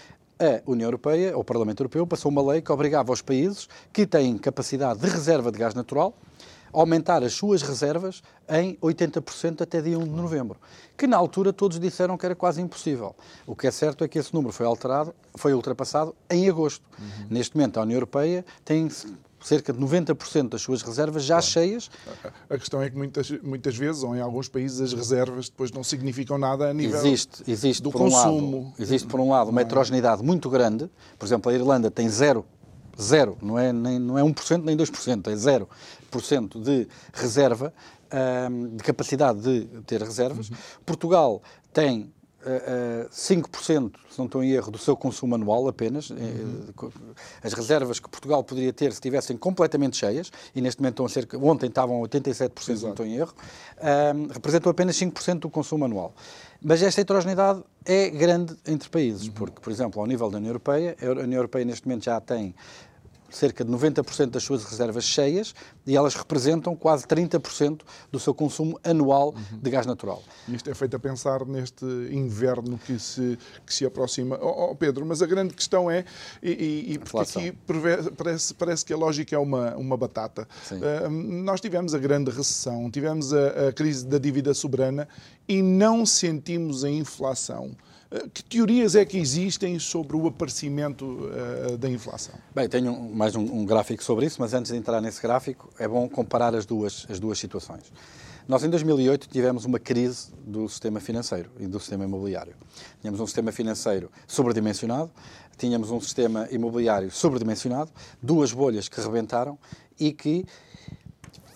a União Europeia, ou o Parlamento Europeu, passou uma lei que obrigava os países que têm capacidade de reserva de gás natural a aumentar as suas reservas em oitenta por cento até dia um de novembro, que na altura todos disseram que era quase impossível. O que é certo é que esse número foi alterado, foi ultrapassado em agosto. Uhum. Neste momento, a União Europeia tem cerca de noventa por cento das suas reservas já claro. cheias. A questão é que muitas, muitas vezes, ou em alguns países, as reservas depois não significam nada a nível existe, existe do por consumo. Um lado, existe, por um lado, uma heterogeneidade muito grande. Por exemplo, a Irlanda tem zero, zero, não é, nem, não é um por cento nem dois por cento, é zero por cento de reserva, um, de capacidade de ter reservas. Uhum. Portugal tem Uh, cinco por cento, se não estou em erro, do seu consumo anual apenas. Uhum. As reservas que Portugal poderia ter se estivessem completamente cheias, e neste momento estão a ser, ontem estavam a oitenta e sete por cento, se não estou em erro, uh, representam apenas cinco por cento do consumo anual. Mas esta heterogeneidade é grande entre países, uhum. porque, por exemplo, ao nível da União Europeia, a União Europeia neste momento já tem cerca de noventa por cento das suas reservas cheias e elas representam quase trinta por cento do seu consumo anual uhum. de gás natural. E isto é feito a pensar neste inverno que se, que se aproxima. Oh, oh, Pedro, mas a grande questão é, e, e, e porque aqui parece, parece que a lógica é uma, uma batata. Uh, nós tivemos a grande recessão, tivemos a, a crise da dívida soberana e não sentimos a inflação. Que teorias é que existem sobre o aparecimento uh, da inflação? Bem, tenho mais um, um gráfico sobre isso, mas antes de entrar nesse gráfico é bom comparar as duas, as duas situações. Nós, em dois mil e oito, tivemos uma crise do sistema financeiro e do sistema imobiliário. Tínhamos um sistema financeiro sobredimensionado, tínhamos um sistema imobiliário sobredimensionado, duas bolhas que rebentaram e que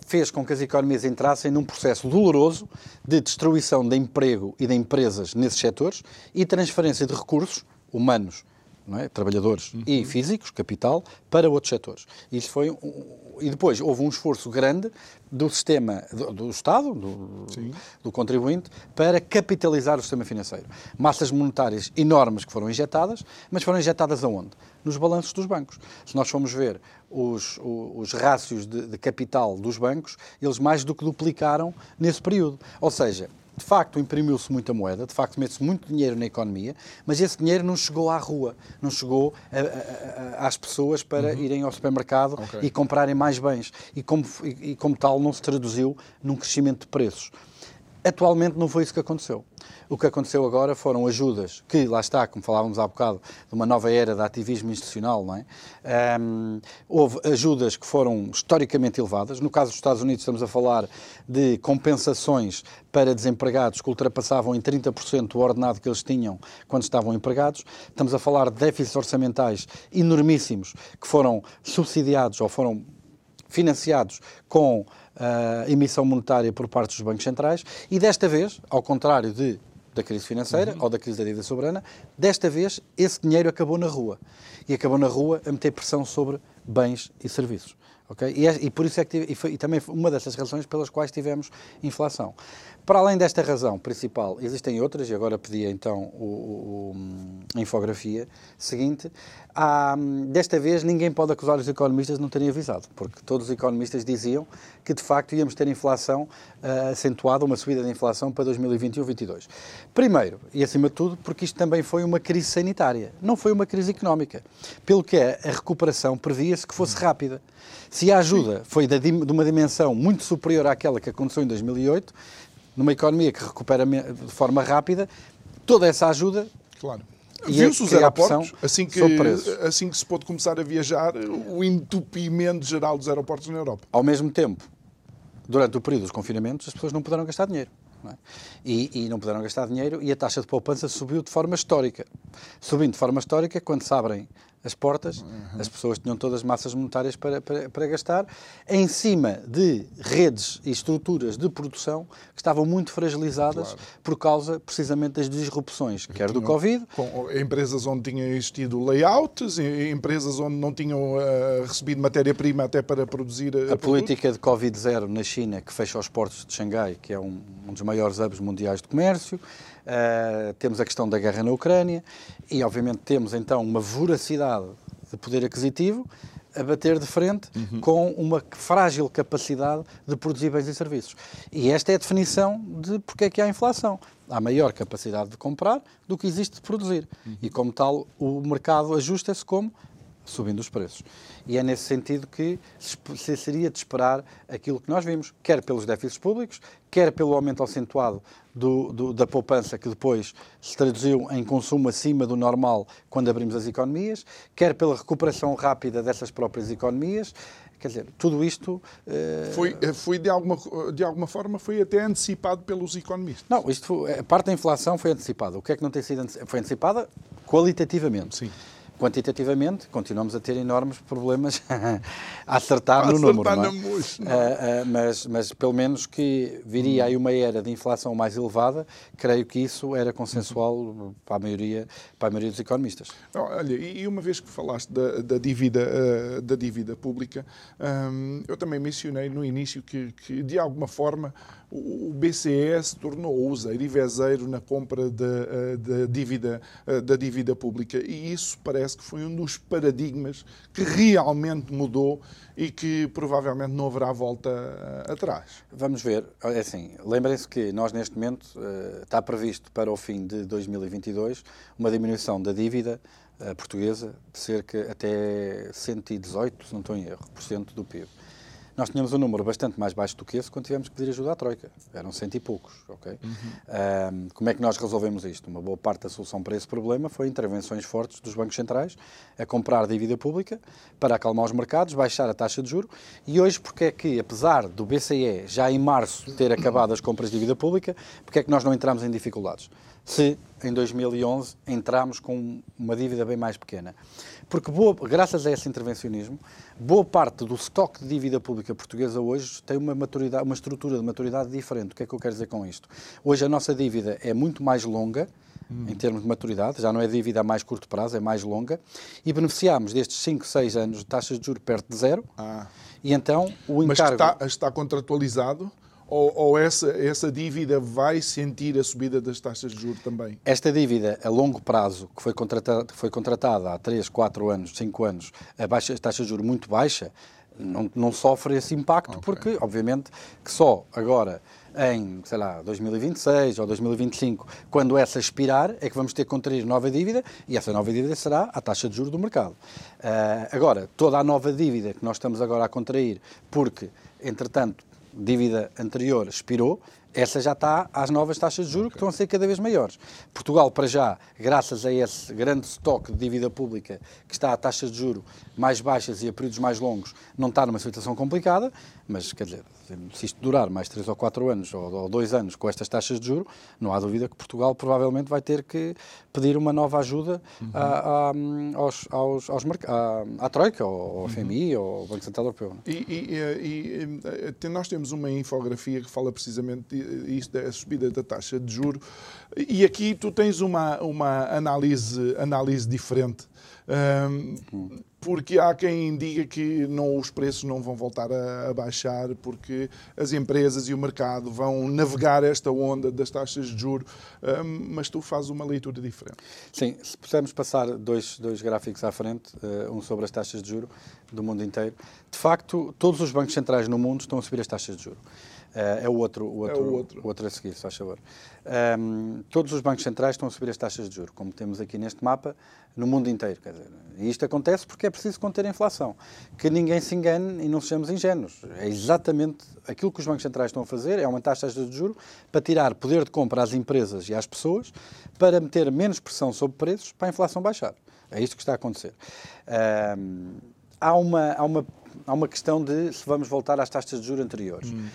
fez com que as economias entrassem num processo doloroso de destruição de emprego e de empresas nesses setores e transferência de recursos humanos, não é? Trabalhadores uhum. e físicos, capital, para outros setores. Isso foi um, e depois houve um esforço grande do sistema, do, do Estado, do, do contribuinte, para capitalizar o sistema financeiro. Massas monetárias enormes que foram injetadas, mas foram injetadas aonde? Nos balanços dos bancos. Se nós formos ver os, os, os rácios de, de capital dos bancos, eles mais do que duplicaram nesse período. Ou seja, de facto imprimiu-se muita moeda, de facto meteu-se muito dinheiro na economia, mas esse dinheiro não chegou à rua, não chegou a, a, a, às pessoas para uhum. irem ao supermercado okay. e comprarem mais bens. E como, e, e como tal não se traduziu num crescimento de preços. Atualmente não foi isso que aconteceu. O que aconteceu agora foram ajudas que, lá está, como falávamos há bocado, de uma nova era de ativismo institucional, não é? Um, houve ajudas que foram historicamente elevadas. No caso dos Estados Unidos estamos a falar de compensações para desempregados que ultrapassavam em trinta por cento o ordenado que eles tinham quando estavam empregados. Estamos a falar de déficits orçamentais enormíssimos que foram subsidiados ou foram financiados com a uh, emissão monetária por parte dos bancos centrais e desta vez, ao contrário de, da crise financeira uhum. ou da crise da dívida soberana, desta vez esse dinheiro acabou na rua. E acabou na rua a meter pressão sobre bens e serviços. Okay? E, é, e por isso é que tive, e, foi, e também foi uma dessas razões pelas quais tivemos inflação. Para além desta razão principal, existem outras, e agora pedi então o, o, a infografia seguinte. Há, desta vez ninguém pode acusar os economistas de não terem avisado, porque todos os economistas diziam que de facto íamos ter inflação uh, acentuada, uma subida de inflação para dois mil e vinte e um, vinte e dois. Primeiro, e acima de tudo, porque isto também foi uma crise sanitária, não foi uma crise económica. Pelo que é, a recuperação previa-se que fosse rápida. Se a ajuda foi de uma dimensão muito superior àquela que aconteceu em dois mil e oito, numa economia que recupera de forma rápida, toda essa ajuda... Claro. Viu-se os aeroportos, assim que, assim que se pôde começar a viajar, o entupimento geral dos aeroportos na Europa. Ao mesmo tempo, durante o período dos confinamentos, as pessoas não puderam gastar dinheiro. Não é? e, e não puderam gastar dinheiro e a taxa de poupança subiu de forma histórica. Subindo de forma histórica, quando se abrem as portas, uhum. as pessoas tinham todas massas monetárias para, para, para gastar, em cima de redes e estruturas de produção que estavam muito fragilizadas claro. Por causa, precisamente, das disrupções, quer tinham, do Covid... Com empresas onde tinham existido layouts, empresas onde não tinham uh, recebido matéria-prima até para produzir... Uh, a política de Covid zero na China, que fecha os portos de Xangai, que é um, um dos maiores hubs mundiais de comércio. Uh, temos a questão da guerra na Ucrânia e, obviamente, temos, então, uma voracidade de poder aquisitivo a bater de frente uhum. com uma frágil capacidade de produzir bens e serviços. E esta é a definição de porque é que há inflação. Há maior capacidade de comprar do que existe de produzir. Uhum. E, como tal, o mercado ajusta-se como? Subindo os preços. E é nesse sentido que se seria de esperar aquilo que nós vimos, quer pelos déficits públicos, quer pelo aumento acentuado do, do, da poupança, que depois se traduziu em consumo acima do normal quando abrimos as economias, quer pela recuperação rápida dessas próprias economias. Quer dizer, tudo isto... Uh... Foi, foi de, alguma, de alguma forma, foi até antecipado pelos economistas. Não, isto foi, a parte da inflação foi antecipada. O que é que não tem sido antecipada? Foi antecipada qualitativamente. Sim. Quantitativamente, continuamos a ter enormes problemas a acertar a no acertar número, não é? Na mus, não. Uh, uh, mas, mas, pelo menos que viria hum. aí uma era de inflação mais elevada, creio que isso era consensual uhum. para, a maioria, para a maioria dos economistas. Não, olha, e uma vez que falaste da, da, dívida, uh, da dívida pública, um, eu também mencionei no início que, que de alguma forma, o B C E se tornou useiro e vezeiro na compra da, da, dívida, da dívida pública. E isso parece que foi um dos paradigmas que realmente mudou e que provavelmente não haverá volta atrás. Vamos ver. É assim, lembrem-se que nós neste momento está previsto para o fim de dois mil e vinte e dois uma diminuição da dívida portuguesa de cerca até cento e dezoito, se não estou em erro, por cento do P I B. Nós tínhamos um número bastante mais baixo do que esse quando tivemos que pedir ajuda à Troika. Eram cento e poucos, ok? Uhum. Um, como é que nós resolvemos isto? Uma boa parte da solução para esse problema foi intervenções fortes dos bancos centrais a comprar dívida pública para acalmar os mercados, baixar a taxa de juros. E hoje, porque é que, apesar do B C E já em março ter acabado as compras de dívida pública, porque é que nós não entramos em dificuldades? se em dois mil e onze entramos com uma dívida bem mais pequena. Porque, boa, graças a esse intervencionismo, boa parte do estoque de dívida pública portuguesa hoje tem uma, maturidade, uma estrutura de maturidade diferente. O que é que eu quero dizer com isto? Hoje a nossa dívida é muito mais longa, hum. em termos de maturidade, já não é dívida a mais curto prazo, é mais longa, e beneficiamos destes cinco, seis anos de taxas de juros perto de zero, ah. e então o encargo... Mas está, está contratualizado? Ou, ou essa, essa dívida vai sentir a subida das taxas de juros também? Esta dívida a longo prazo, que foi contratada, foi contratada há três, quatro anos, cinco anos, a baixa, taxa de juros muito baixa, não, não sofre esse impacto, okay. porque, obviamente, que só agora em, sei lá, dois mil e vinte e seis ou dois mil e vinte e cinco, quando essa expirar, é que vamos ter que contrair nova dívida, e essa nova dívida será a taxa de juros do mercado. Uh, agora, toda a nova dívida que nós estamos agora a contrair, porque, entretanto, dívida anterior expirou, essa já está às novas taxas de juros, okay. que estão a ser cada vez maiores. Portugal, para já, graças a esse grande estoque de dívida pública que está a taxas de juros mais baixas e a períodos mais longos, não está numa situação complicada, mas, quer dizer, se isto durar mais três ou quatro anos ou, ou dois anos com estas taxas de juros, não há dúvida que Portugal provavelmente vai ter que pedir uma nova ajuda uhum. a, a, aos, aos, aos à, à Troika, ou ao F M I, uhum. ou ao Banco Central Europeu. E, e, e, e nós temos uma infografia que fala precisamente isto da subida da taxa de juros, e aqui tu tens uma, uma análise, análise diferente, um, porque há quem diga que não, os preços não vão voltar a, a baixar, porque as empresas e o mercado vão navegar esta onda das taxas de juros, um, mas tu fazes uma leitura diferente. Sim, se pudermos passar dois, dois gráficos à frente, uh, um sobre as taxas de juros do mundo inteiro, de facto, todos os bancos centrais no mundo estão a subir as taxas de juros. Uh, é o outro, o outro, é o outro. O outro a seguir, se faz favor. Um, todos os bancos centrais estão a subir as taxas de juros, como temos aqui neste mapa, no mundo inteiro. Quer dizer, e isto acontece porque é preciso conter a inflação. Que ninguém se engane e não sejamos ingênuos. É exatamente aquilo que os bancos centrais estão a fazer, é aumentar as taxas de juros para tirar poder de compra às empresas e às pessoas, para meter menos pressão sobre preços para a inflação baixar. É isto que está a acontecer. Um, há, uma, há, uma, há uma questão de se vamos voltar às taxas de juros anteriores. Hum.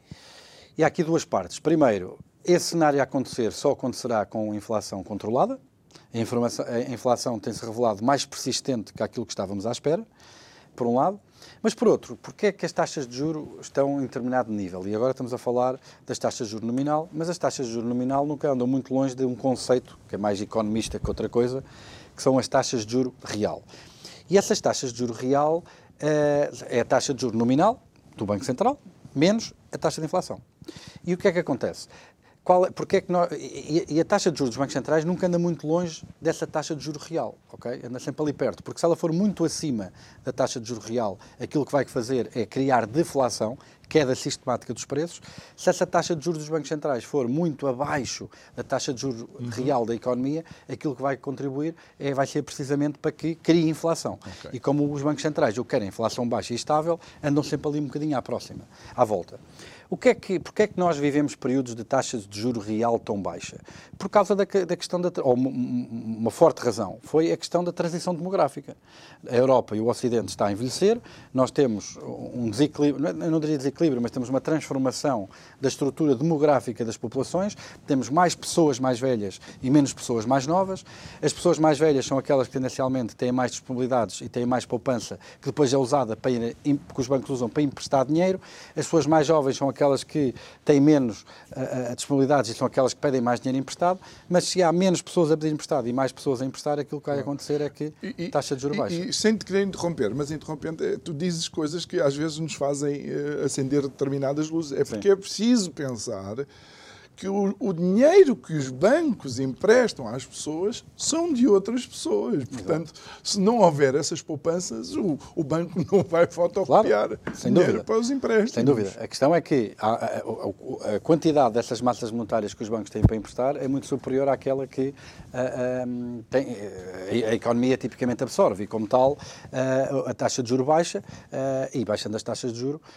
E há aqui duas partes. Primeiro, esse cenário a acontecer só acontecerá com inflação controlada. A, informação, a inflação tem-se revelado mais persistente que aquilo que estávamos à espera, por um lado. Mas, por outro, porque é que as taxas de juros estão em determinado nível? E agora estamos a falar das taxas de juros nominal, mas as taxas de juros nominal nunca andam muito longe de um conceito, que é mais economista que outra coisa, que são as taxas de juros real. E essas taxas de juros real é, é a taxa de juros nominal do Banco Central, menos a taxa de inflação. E o que é que acontece? Qual, porque é que nós, e, e a taxa de juros dos bancos centrais nunca anda muito longe dessa taxa de juros real, ok? Anda sempre ali perto, porque se ela for muito acima da taxa de juros real, aquilo que vai fazer é criar deflação, queda sistemática dos preços. Se essa taxa de juros dos bancos centrais for muito abaixo da taxa de juros uhum. real da economia, aquilo que vai contribuir é, vai ser precisamente para que crie inflação. Okay. E como os bancos centrais o querem inflação baixa e estável, andam sempre ali um bocadinho à próxima, à volta. O que é que, porque é que nós vivemos períodos de taxas de juro real tão baixa? Por causa da, da questão, da, ou uma, uma forte razão, foi a questão da transição demográfica. A Europa e o Ocidente está a envelhecer, nós temos um desequilíbrio, eu não diria desequilíbrio, mas temos uma transformação da estrutura demográfica das populações, temos mais pessoas mais velhas e menos pessoas mais novas. As pessoas mais velhas são aquelas que tendencialmente têm mais disponibilidades e têm mais poupança, que depois é usada para ir, que os bancos usam para emprestar dinheiro. As pessoas mais jovens são aquelas que têm menos uh, uh, disponibilidades e são aquelas que pedem mais dinheiro emprestado, mas se há menos pessoas a pedir emprestado e mais pessoas a emprestar, aquilo que vai acontecer é que e, taxa de juros baixa. E, e sem te querer interromper, mas interrompendo, tu dizes coisas que às vezes nos fazem uh, acender determinadas luzes. É porque Sim. é preciso pensar que o, o dinheiro que os bancos emprestam às pessoas são de outras pessoas. Portanto, Exato. se não houver essas poupanças, o, o banco não vai fotocopiar claro, sem dinheiro dúvida. para os empréstimos. Sem dúvida. A questão é que a, a, a quantidade dessas massas monetárias que os bancos têm para emprestar é muito superior àquela que a, a, tem, a, a economia tipicamente absorve. E, como tal, a, a taxa de juro baixa a, e baixando as taxas de juro,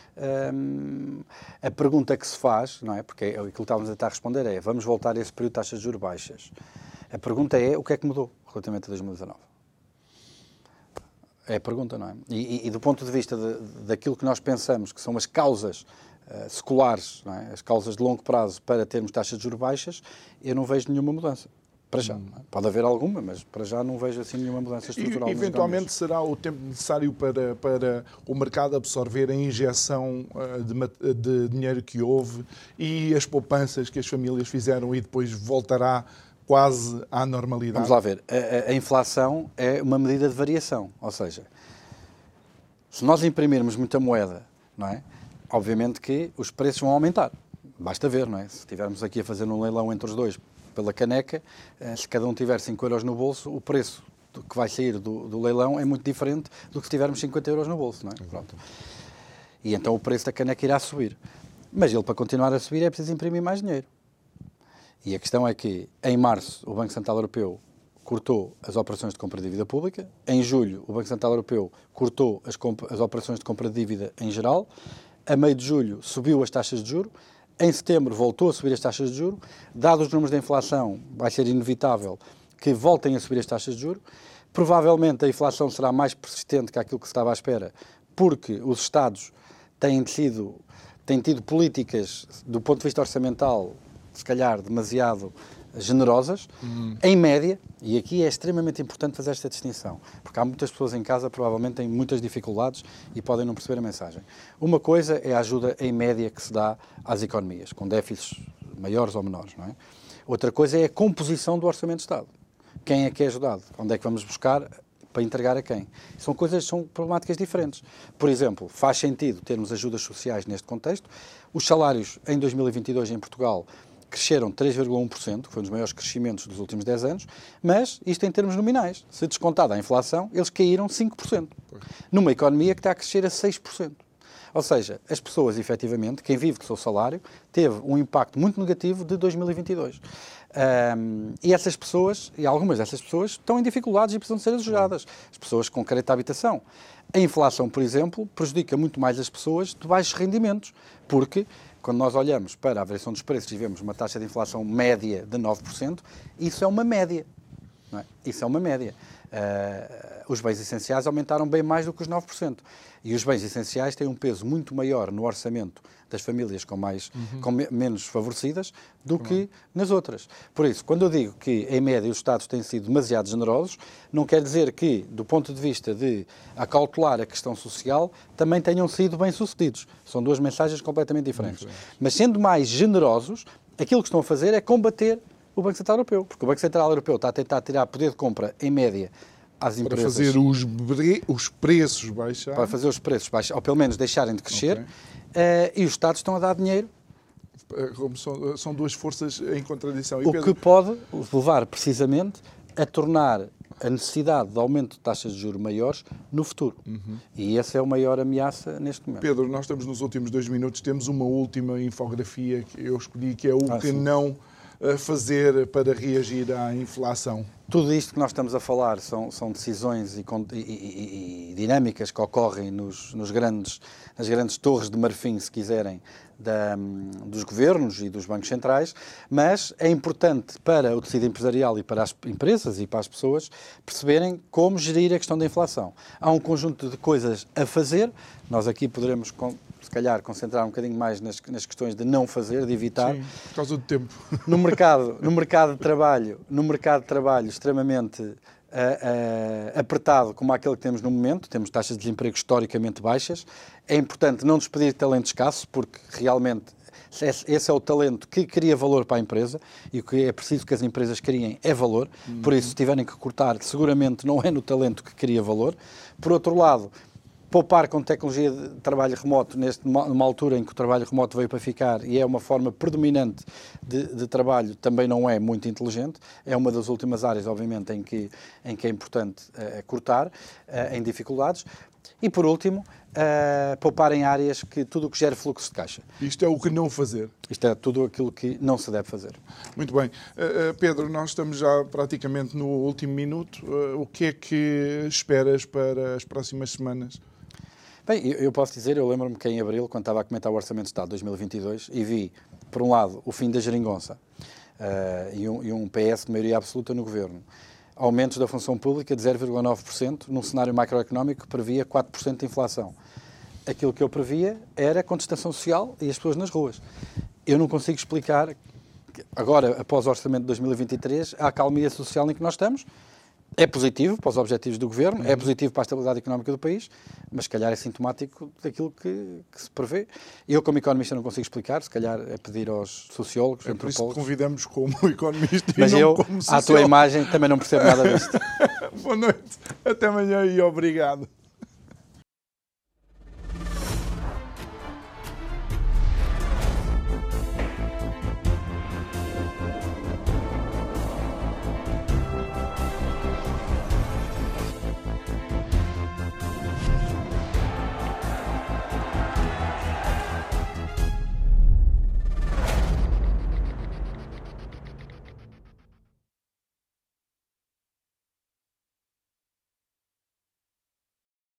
a, a pergunta que se faz, não é? Porque é aquilo que estávamos a estar a responder é, vamos voltar a esse período de taxas de juros baixas. A pergunta é, o que é que mudou relativamente a dois mil e dezanove? É a pergunta, não é? E, e, e do ponto de vista de, daquilo que nós pensamos que são as causas uh, seculares, não é? As causas de longo prazo para termos taxas de juros baixas, eu não vejo nenhuma mudança. Para já. Hum. Pode haver alguma, mas para já não vejo assim nenhuma mudança estrutural. E, eventualmente será o tempo necessário para, para o mercado absorver a injeção de, de dinheiro que houve e as poupanças que as famílias fizeram e depois voltará quase à normalidade? Vamos lá ver. A, a, a inflação é uma medida de variação. Ou seja, se nós imprimirmos muita moeda, não é? Obviamente que os preços vão aumentar. Basta ver, não é? Se estivermos aqui a fazer um leilão entre os dois pela caneca, se cada um tiver cinco euros no bolso, o preço que vai sair do, do leilão é muito diferente do que se tivermos cinquenta euros no bolso, não é? Pronto. E então o preço da caneca irá subir. Mas ele, para continuar a subir, é preciso imprimir mais dinheiro. E a questão é que, em março, o Banco Central Europeu cortou as operações de compra de dívida pública. Em julho, o Banco Central Europeu cortou as, as operações de compra de dívida em geral. A meio de julho, subiu as taxas de juros. Em setembro voltou a subir as taxas de juros. Dados os números da inflação, vai ser inevitável que voltem a subir as taxas de juros. Provavelmente a inflação será mais persistente que aquilo que se estava à espera, porque os Estados têm tido, têm tido políticas, do ponto de vista orçamental, se calhar demasiado generosas, uhum. Em média, e aqui é extremamente importante fazer esta distinção, porque há muitas pessoas em casa provavelmente têm muitas dificuldades e podem não perceber a mensagem. Uma coisa é a ajuda em média que se dá às economias, com déficits maiores ou menores, não é? Outra coisa é a composição do Orçamento de Estado. Quem é que é ajudado? Onde é que vamos buscar para entregar a quem? São coisas, são problemáticas diferentes. Por exemplo, faz sentido termos ajudas sociais neste contexto. Os salários em dois mil e vinte e dois em Portugal cresceram três vírgula um por cento, que foi um dos maiores crescimentos dos últimos dez anos, mas isto em termos nominais. Se descontada a inflação, eles caíram cinco por cento. Numa economia que está a crescer a seis por cento. Ou seja, as pessoas, efetivamente, quem vive do seu salário, teve um impacto muito negativo de dois mil e vinte e dois. Um, e essas pessoas, e algumas dessas pessoas, estão em dificuldades e precisam de ser ajudadas. As pessoas com crédito à habitação. A inflação, por exemplo, prejudica muito mais as pessoas de baixos rendimentos, porque quando nós olhamos para a variação dos preços e vemos uma taxa de inflação média de nove por cento, isso é uma média. Não é? Isso é uma média. Uh, os bens essenciais aumentaram bem mais do que os nove por cento. E os bens essenciais têm um peso muito maior no orçamento das famílias com, mais, uhum. com me menos favorecidas do uhum. que nas outras. Por isso, quando eu digo que, em média, os Estados têm sido demasiado generosos, não quer dizer que, do ponto de vista de acautelar a questão social, também tenham sido bem-sucedidos. São duas mensagens completamente diferentes. Uhum. Mas, sendo mais generosos, aquilo que estão a fazer é combater o Banco Central Europeu, porque o Banco Central Europeu está a tentar tirar poder de compra, em média, às empresas. Para fazer os, os preços baixar. Para fazer os preços baixar, ou pelo menos deixarem de crescer, okay. uh, e os Estados estão a dar dinheiro. Como são, são duas forças em contradição. E o Pedro... que pode levar, precisamente, a tornar a necessidade de aumento de taxas de juros maiores no futuro. Uhum. E essa é a maior ameaça neste momento. Pedro, nós estamos nos últimos dois minutos, temos uma última infografia que eu escolhi, que é o ah, que sim. não... fazer para reagir à inflação? Tudo isto que nós estamos a falar são, são decisões e, e, e, e dinâmicas que ocorrem nos, nos grandes, nas grandes torres de marfim, se quiserem, da, dos governos e dos bancos centrais, mas é importante para o tecido empresarial e para as empresas e para as pessoas perceberem como gerir a questão da inflação. Há um conjunto de coisas a fazer, nós aqui poderemos... se calhar concentrar um bocadinho mais nas, nas questões de não fazer, de evitar. Sim, por causa do tempo. No mercado, no mercado de trabalho, no mercado de trabalho extremamente uh, uh, apertado como aquele que temos no momento, temos taxas de desemprego historicamente baixas, é importante não despedir talento escasso, porque realmente esse é o talento que cria valor para a empresa e o que é preciso que as empresas criem é valor, uhum. Por isso se tiverem que cortar, seguramente não é no talento que cria valor. Por outro lado, poupar com tecnologia de trabalho remoto, neste, numa altura em que o trabalho remoto veio para ficar e é uma forma predominante de, de trabalho, também não é muito inteligente. É uma das últimas áreas, obviamente, em que, em que é importante uh, cortar, uh, em dificuldades. E, por último, uh, poupar em áreas que tudo o que gera fluxo de caixa. Isto é o que não fazer. Isto é tudo aquilo que não se deve fazer. Muito bem. Uh, Pedro, nós estamos já praticamente no último minuto. Uh, o que é que esperas para as próximas semanas? Bem, eu posso dizer, eu lembro-me que em abril, quando estava a comentar o Orçamento de Estado de dois mil e vinte e dois, e vi, por um lado, o fim da geringonça uh, e, um, e um P S de maioria absoluta no Governo, aumentos da função pública de zero vírgula nove por cento, num cenário macroeconómico que previa quatro por cento de inflação. aquilo que eu previa era contestação social e as pessoas nas ruas. Eu não consigo explicar, agora, após o Orçamento de dois mil e vinte e três, a acalmia social em que nós estamos. É positivo para os objetivos do Governo, é positivo para a estabilidade económica do país, mas se calhar é sintomático daquilo que, que se prevê. Eu, como economista, não consigo explicar, se calhar é pedir aos sociólogos, é por antropólogos. Isso que convidamos como economista mas e não eu, como sociólogo. à tua imagem, também não percebo nada disto. Boa noite, até amanhã e obrigado.